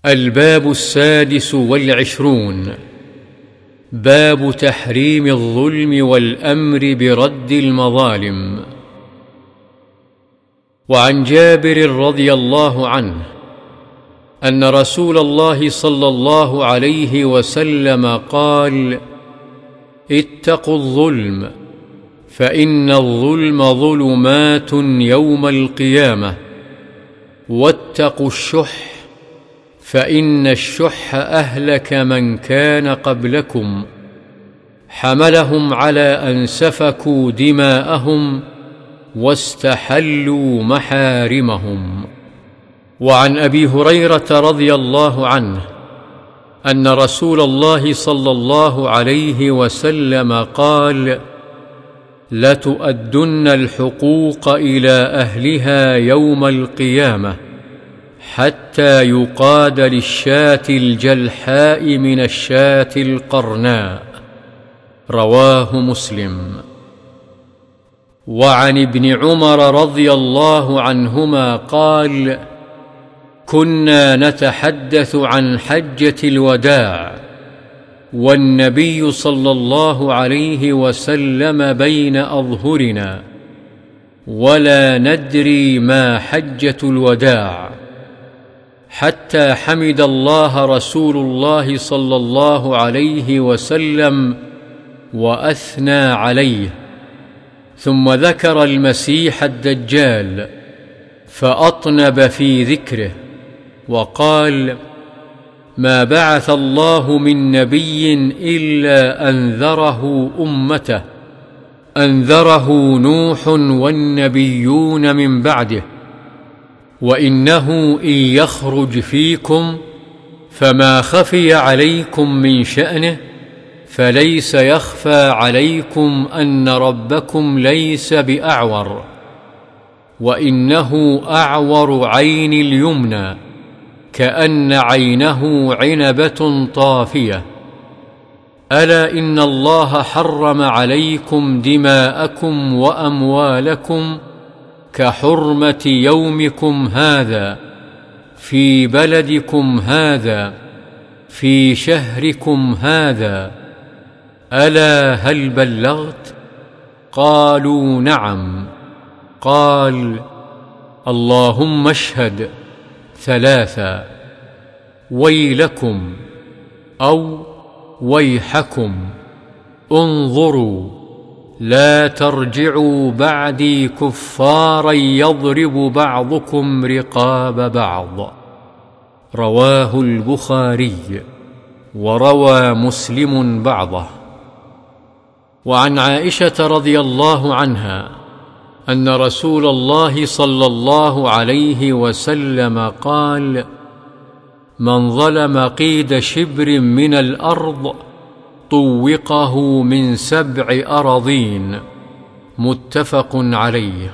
الباب 26 باب تحريم الظلم والأمر برد المظالم. وعن جابر رضي الله عنه أن رسول الله صلى الله عليه وسلم قال: اتقوا الظلم فإن الظلم ظلمات يوم القيامة، واتقوا الشح فإن الشح أهلك من كان قبلكم، حملهم على أن سفكوا دماءهم واستحلوا محارمهم. وعن أبي هريرة رضي الله عنه أن رسول الله صلى الله عليه وسلم قال: لتؤدن الحقوق إلى أهلها يوم القيامة حتى يقاد للشاة الجلحاء من الشاة القرناء. رواه مسلم. وعن ابن عمر رضي الله عنهما قال: كنا نتحدث عن حجة الوداع والنبي صلى الله عليه وسلم بين أظهرنا، ولا ندري ما حجة الوداع، حتى حمد الله رسول الله صلى الله عليه وسلم وأثنى عليه، ثم ذكر المسيح الدجال فأطنب في ذكره وقال: ما بعث الله من نبي إلا أنذره أمته، أنذره نوح والنبيون من بعده، وإنه إن يخرج فيكم فما خفي عليكم من شأنه فليس يخفى عليكم أن ربكم ليس بأعور، وإنه أعور عين اليمنى كأن عينه عنبة طافية. ألا إن الله حرم عليكم دماءكم وأموالكم كحرمة يومكم هذا في بلدكم هذا في شهركم هذا. ألا هل بلغت؟ قالوا: نعم. قال: اللهم اشهد 3: ويلكم أو ويحكم، انظروا لا ترجعوا بعدي كفارا يضرب بعضكم رقاب بعض. رواه البخاري، وروى مسلم بعضه. وعن عائشة رضي الله عنها أن رسول الله صلى الله عليه وسلم قال: من ظلم قيد شبر من الأرض طوقه من 7 أراضين. متفق عليه.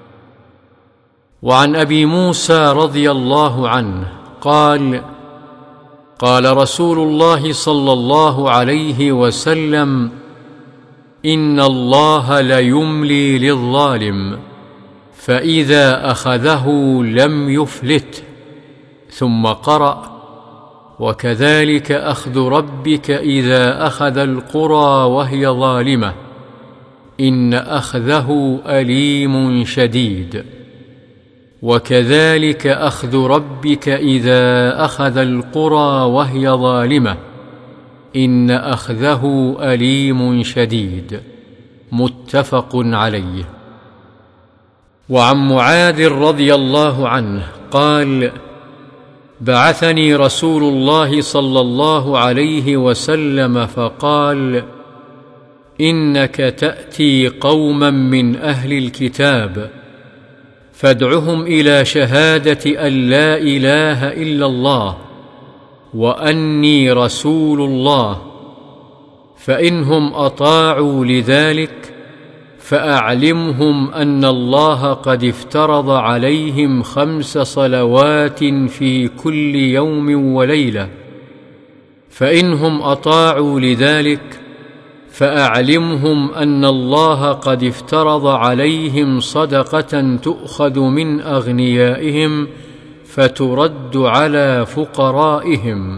وعن أبي موسى رضي الله عنه قال: قال رسول الله صلى الله عليه وسلم: إن الله ليملي للظالم فإذا أخذه لم يفلته. ثم قرأ: وكذلك أخذ ربك إذا أخذ القرى وهي ظالمة إن أخذه أليم شديد. وكذلك أخذ ربك إذا أخذ القرى وهي ظالمة إن أخذه أليم شديد. متفق عليه. وعن معاذ رضي الله عنه قال: بعثني رسول الله صلى الله عليه وسلم فقال: إنك تأتي قوما من أهل الكتاب فادعهم إلى شهادة أن لا إله إلا الله وأني رسول الله، فإنهم أطاعوا لذلك فأعلمهم أن الله قد افترض عليهم 5 صلوات في كل يوم وليلة، فإنهم أطاعوا لذلك فأعلمهم أن الله قد افترض عليهم صدقة تؤخذ من أغنيائهم فترد على فقرائهم،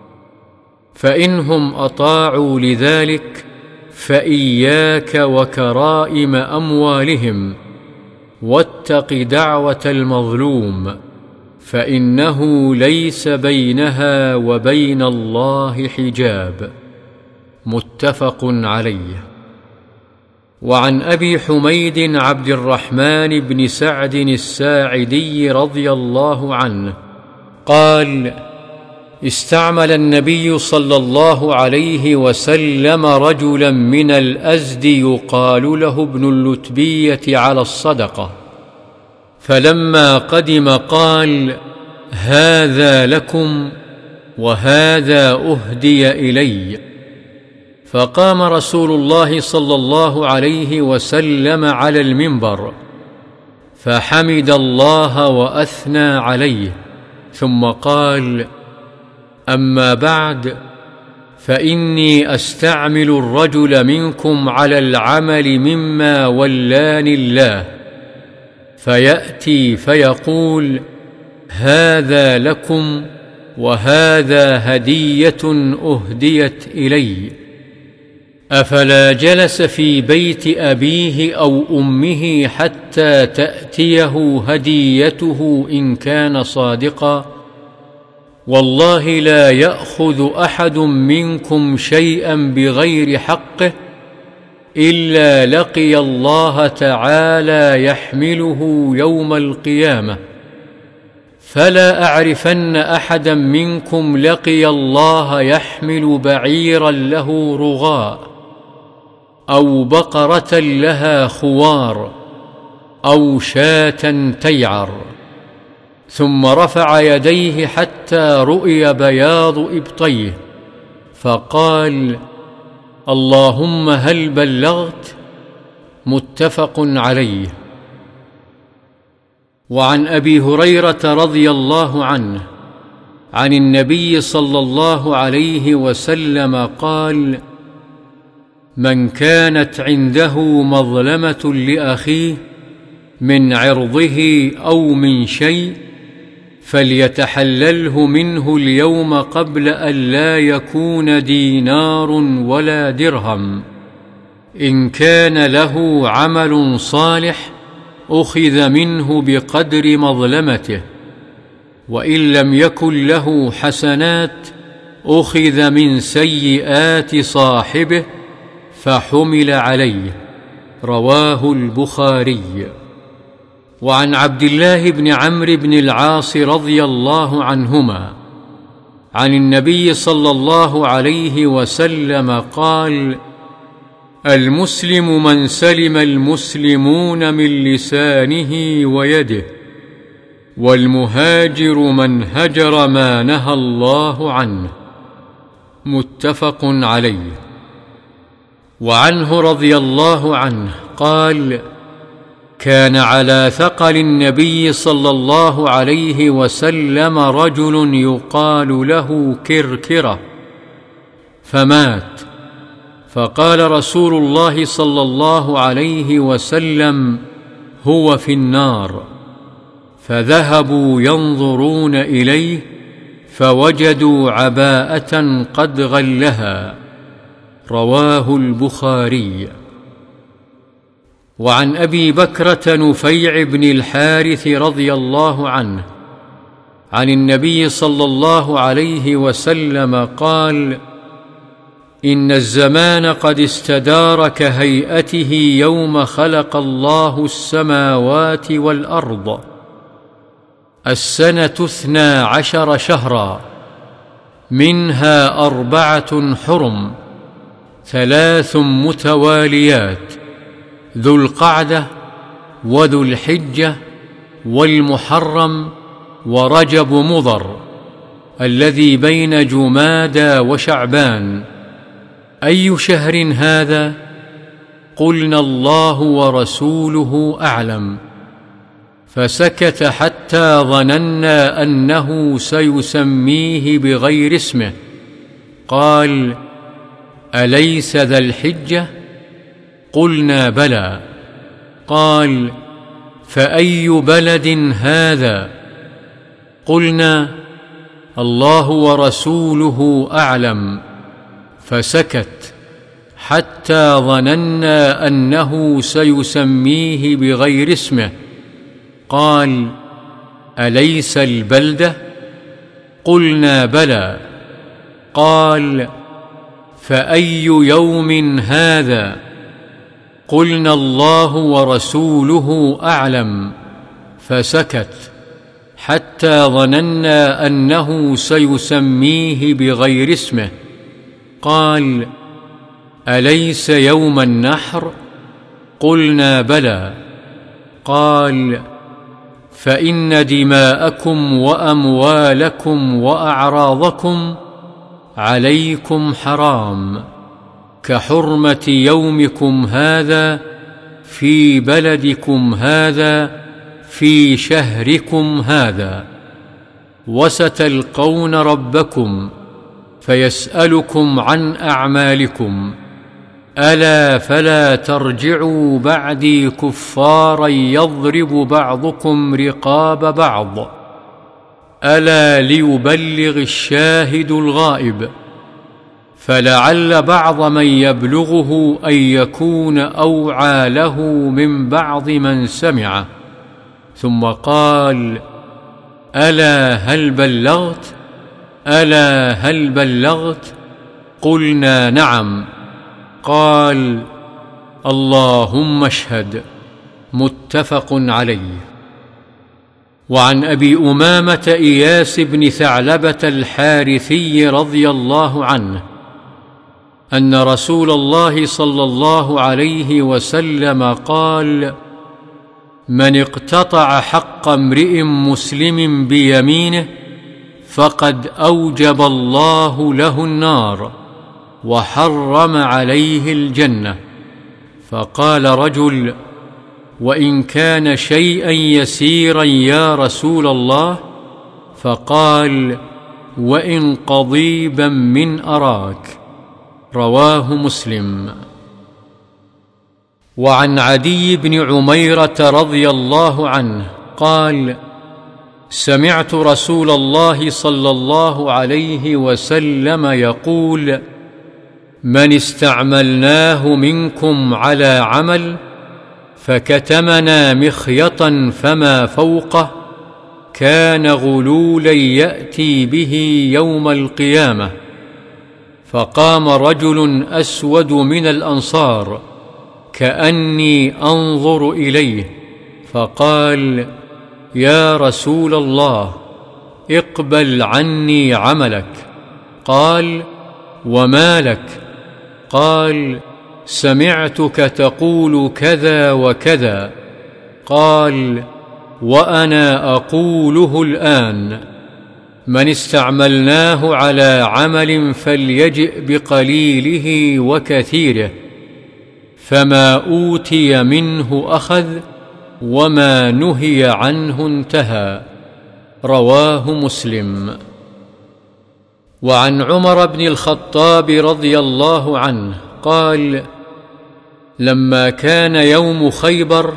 فإنهم أطاعوا لذلك فإياك وكرائم أموالهم، واتق دعوة المظلوم، فإنه ليس بينها وبين الله حجاب. متفق عليه. وعن أبي حميد عبد الرحمن بن سعد الساعدي رضي الله عنه قال: استعمل النبي صلى الله عليه وسلم رجلا من الأزد يقال له ابن اللتبية على الصدقة، فلما قدم قال: هذا لكم وهذا أهدي إلي. فقام رسول الله صلى الله عليه وسلم على المنبر فحمد الله وأثنى عليه، ثم قال: أما بعد، فإني أستعمل الرجل منكم على العمل مما ولاني الله، فيأتي فيقول: هذا لكم وهذا هدية أهديت إلي، أفلا جلس في بيت أبيه أو أمه حتى تأتيه هديته إن كان صادقا؟ والله لا يأخذ أحد منكم شيئا بغير حقه إلا لقي الله تعالى يحمله يوم القيامة، فلا أعرفن أحدا منكم لقي الله يحمل بعيرا له رغاء، أو بقرة لها خوار، أو شاة تيعر، ثم رفع يديه حتى رؤي بياض إبطيه فقال: اللهم هل بلغت؟ متفق عليه. وعن أبي هريرة رضي الله عنه عن النبي صلى الله عليه وسلم قال: من كانت عنده مظلمة لأخيه من عرضه أو من شيء فليتحلله منه اليوم قبل أن لا يكون دينار ولا درهم. إن كان له عمل صالح أخذ منه بقدر مظلمته، وإن لم يكن له حسنات أخذ من سيئات صاحبه فحمل عليه. رواه البخاري. وعن عبد الله بن عمرو بن العاص رضي الله عنهما عن النبي صلى الله عليه وسلم قال: المسلم من سلم المسلمون من لسانه ويده، والمهاجر من هجر ما نهى الله عنه. متفق عليه. وعنه رضي الله عنه قال: كان على ثقل النبي صلى الله عليه وسلم رجل يقال له كركرة فمات، فقال رسول الله صلى الله عليه وسلم: هو في النار. فذهبوا ينظرون إليه فوجدوا عباءة قد غلها. رواه البخاري. وعن أبي بكرة نفيع بن الحارث رضي الله عنه عن النبي صلى الله عليه وسلم قال: إن الزمان قد استدار كهيئته يوم خلق الله السماوات والأرض. السنة 12 شهرا، منها 4 حرم، 3 متواليات: ذو القعدة وذو الحجة والمحرم ورجب مضر، الذي بين جمادى وشعبان. أي شهر هذا؟ قلنا: الله ورسوله أعلم. فسكت حتى ظننا أنه سيسميه بغير اسمه. قال: أليس ذا الحجة؟ قلنا: بلى. قال: فأي بلد هذا؟ قلنا: الله ورسوله أعلم. فسكت حتى ظننا أنه سيسميه بغير اسمه. قال: أليس البلدة؟ قلنا: بلى. قال: فأي يوم هذا؟ قلنا: الله ورسوله أعلم. فسكت حتى ظننا أنه سيسميه بغير اسمه. قال: أليس يوم النحر؟ قلنا: بلى. قال: فإن دماءكم وأموالكم وأعراضكم عليكم حرام كحرمة يومكم هذا في بلدكم هذا في شهركم هذا، وستلقون ربكم فيسألكم عن أعمالكم. ألا فلا ترجعوا بعدي كفارا يضرب بعضكم رقاب بعض. ألا ليبلغ الشاهد الغائب، فلعل بعض من يبلغه أن يكون أوعى له من بعض من سمعه. ثم قال: ألا هل بلغت؟ ألا هل بلغت؟ قلنا: نعم. قال: اللهم اشهد. متفق عليه. وعن أبي أمامة إياس بن ثعلبة الحارثي رضي الله عنه أن رسول الله صلى الله عليه وسلم قال: من اقتطع حق امرئ مسلم بيمينه فقد أوجب الله له النار وحرم عليه الجنة. فقال رجل: وإن كان شيئا يسيرا يا رسول الله؟ فقال: وإن قضيبا من أراك. رواه مسلم. وعن عدي بن عميرة رضي الله عنه قال: سمعت رسول الله صلى الله عليه وسلم يقول: من استعملناه منكم على عمل فكتمنا مخيطا فما فوقه كان غلولا يأتي به يوم القيامة. فقام رجل أسود من الأنصار كأني أنظر إليه فقال: يا رسول الله، اقبل عني عملك. قال: وما لك؟ قال: سمعتك تقول كذا وكذا. قال: وأنا أقوله الآن: من استعملناه على عمل فليجئ بقليله وكثيره، فما أوتي منه أخذ وما نهي عنه انتهى. رواه مسلم. وعن عمر بن الخطاب رضي الله عنه قال: لما كان يوم خيبر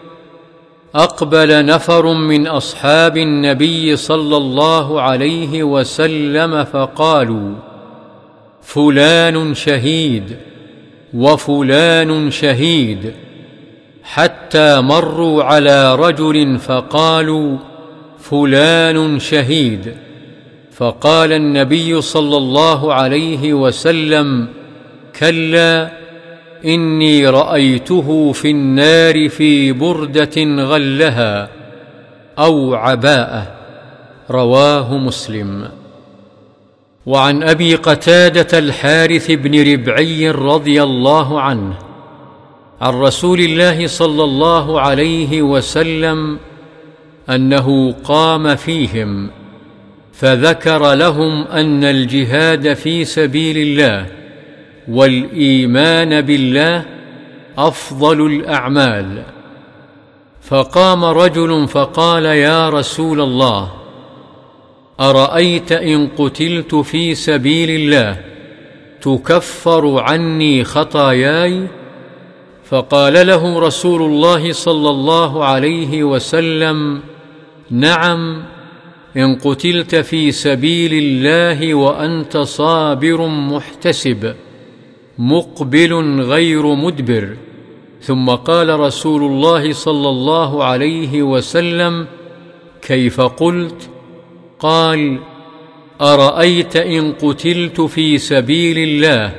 أقبل نفر من أصحاب النبي صلى الله عليه وسلم فقالوا: فلان شهيد وفلان شهيد، حتى مروا على رجل فقالوا: فلان شهيد. فقال النبي صلى الله عليه وسلم: كلا، إني رأيته في النار في بردة غلها أو عباءة. رواه مسلم. وعن أبي قتادة الحارث بن ربعي رضي الله عنه عن رسول الله صلى الله عليه وسلم أنه قام فيهم فذكر لهم أن الجهاد في سبيل الله والإيمان بالله أفضل الأعمال. فقام رجل فقال: يا رسول الله، أرأيت إن قتلت في سبيل الله تكفر عني خطاياي؟ فقال له رسول الله صلى الله عليه وسلم: نعم، إن قتلت في سبيل الله وأنت صابر محتسب مقبل غير مدبر. ثم قال رسول الله صلى الله عليه وسلم: كيف قلت؟ قال: أرأيت إن قتلت في سبيل الله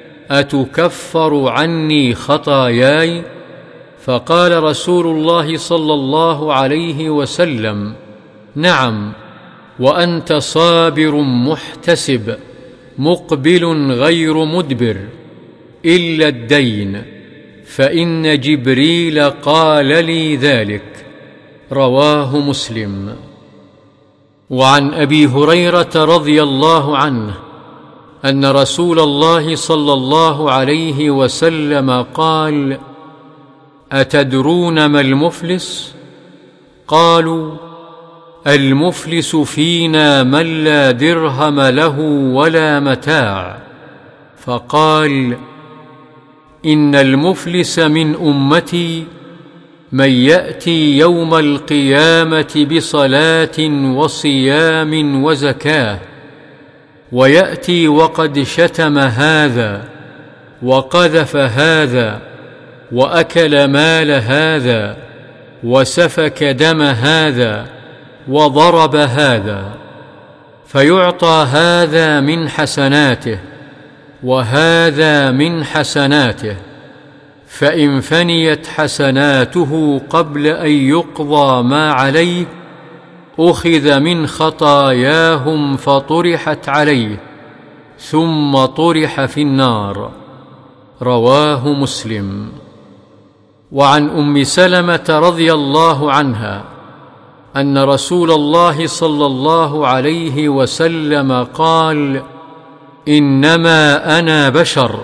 أتكفر عني خطاياي؟ فقال رسول الله صلى الله عليه وسلم: نعم، وأنت صابر محتسب مقبل غير مدبر، إلا الدين، فإن جبريل قال لي ذلك. رواه مسلم. وعن أبي هريرة رضي الله عنه أن رسول الله صلى الله عليه وسلم قال: أتدرون ما المفلس؟ قالوا: المفلس فينا من لا درهم له ولا متاع. فقال: إن المفلس من أمتي من يأتي يوم القيامة بصلاة وصيام وزكاة، ويأتي وقد شتم هذا وقذف هذا وأكل مال هذا وسفك دم هذا وضرب هذا، فيعطى هذا من حسناته وهذا من حسناته، فإن فنيت حسناته قبل أن يقضى ما عليه أخذ من خطاياهم فطرحت عليه ثم طرح في النار. رواه مسلم. وعن أم سلمة رضي الله عنها أن رسول الله صلى الله عليه وسلم قال: إنما أنا بشر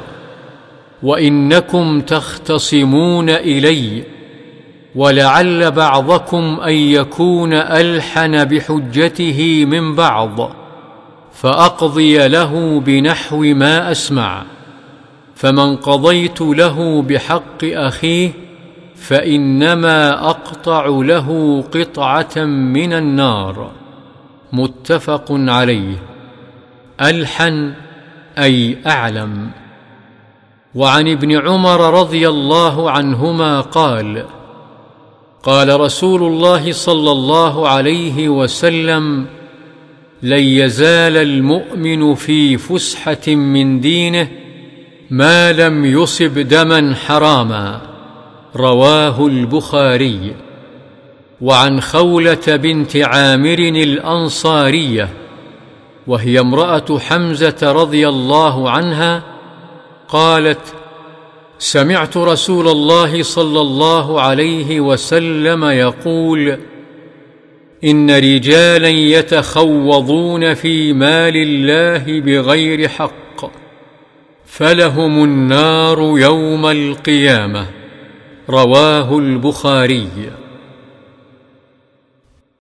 وإنكم تختصمون إلي، ولعل بعضكم أن يكون ألحن بحجته من بعض، فأقضي له بنحو ما أسمع، فمن قضيت له بحق أخيه فإنما أقطع له قطعة من النار. متفق عليه. ألحن أي أعلم. وعن ابن عمر رضي الله عنهما قال: قال رسول الله صلى الله عليه وسلم: لن يزال المؤمن في فسحة من دينه ما لم يصب دما حراما. رواه البخاري. وعن خولة بنت عامر الأنصارية وهي امرأة حمزة رضي الله عنها قالت: سمعت رسول الله صلى الله عليه وسلم يقول: إن رجالا يتخوضون في مال الله بغير حق فلهم النار يوم القيامة. رواه البخاري.